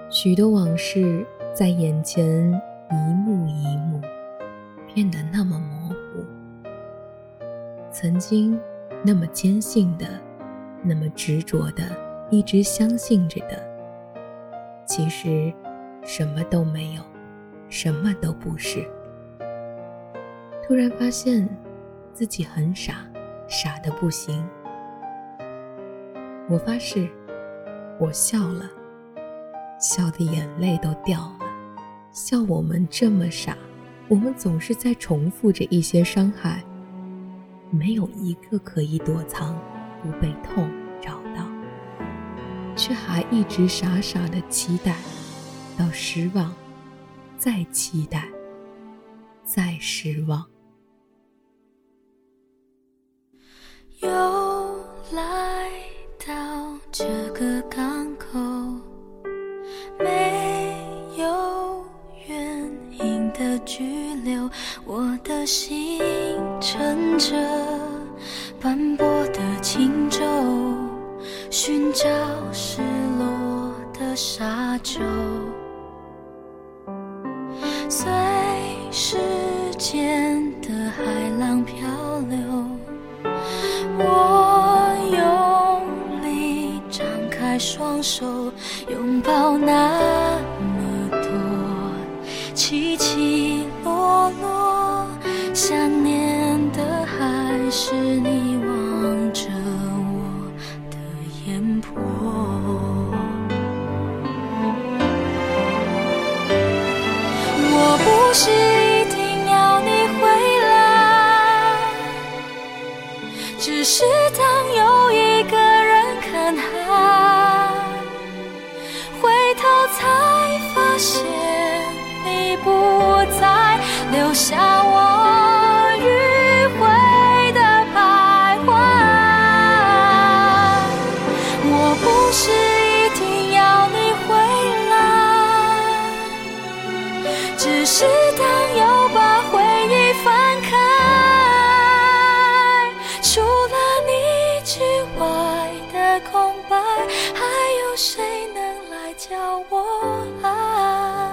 许多往事在眼前一幕一幕变得那么模糊，曾经那么坚信的，那么执着的，一直相信着的，其实什么都没有，什么都不是。突然发现自己很傻，傻得不行。我发誓，我笑了，笑的眼泪都掉了，笑我们这么傻，我们总是在重复着一些伤害，没有一个可以躲藏，不被痛找到，却还一直傻傻的期待，到失望，再期待，再失望。 又来到这个港口，没有原因的拘留，我的心乘着斑驳的轻舟，寻找失落的沙洲，随时间的海浪漂流，我用力张开双手，拥抱那么多起起落落，想念的还是你望着我的眼波。我不是一定要你回来，只是当有一个人看海，回头才发现你不在，留下我迂回的徘徊。我不是一定要你回来，只是当又把回忆翻开，除了你之外的空白，还有谁能来教我爱？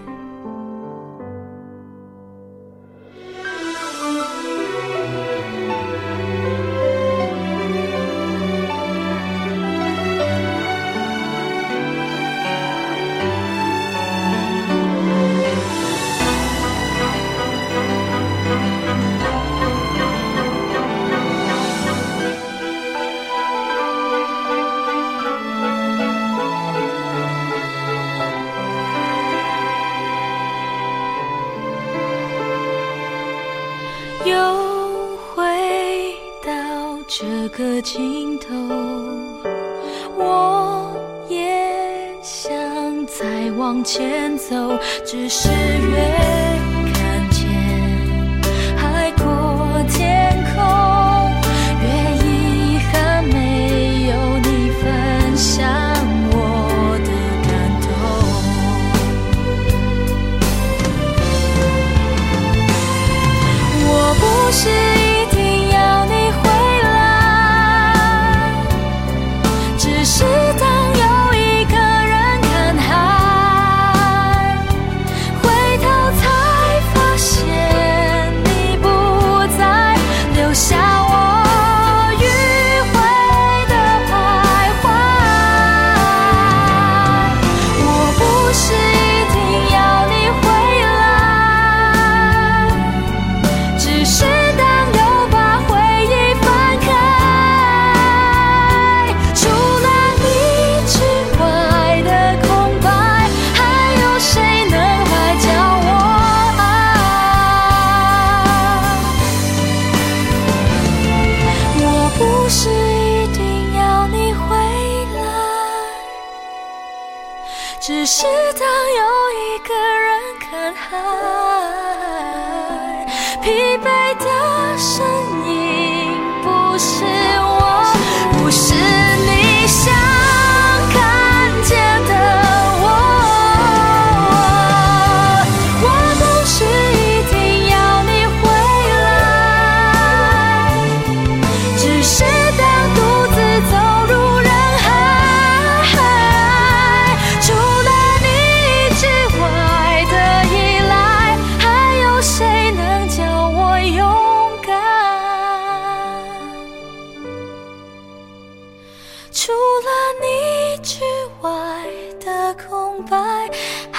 又回到这个尽头，我也想再往前走，只是越看见海阔天空，越遗憾没有你分享我的感动。我不是一定要你回来，只是当有一个人看海，回头才发现你不在，留下我迂回的徘徊。我不是一定要你回来，只是当又把回忆翻开，除了你之外的空白，还有谁能来教我爱？我不是一定要你回来，只是当有一个人看海，疲惫的身影不是我，不是你想看见的我。我不是一定要你回来，只是当独自走入人海，除了你白，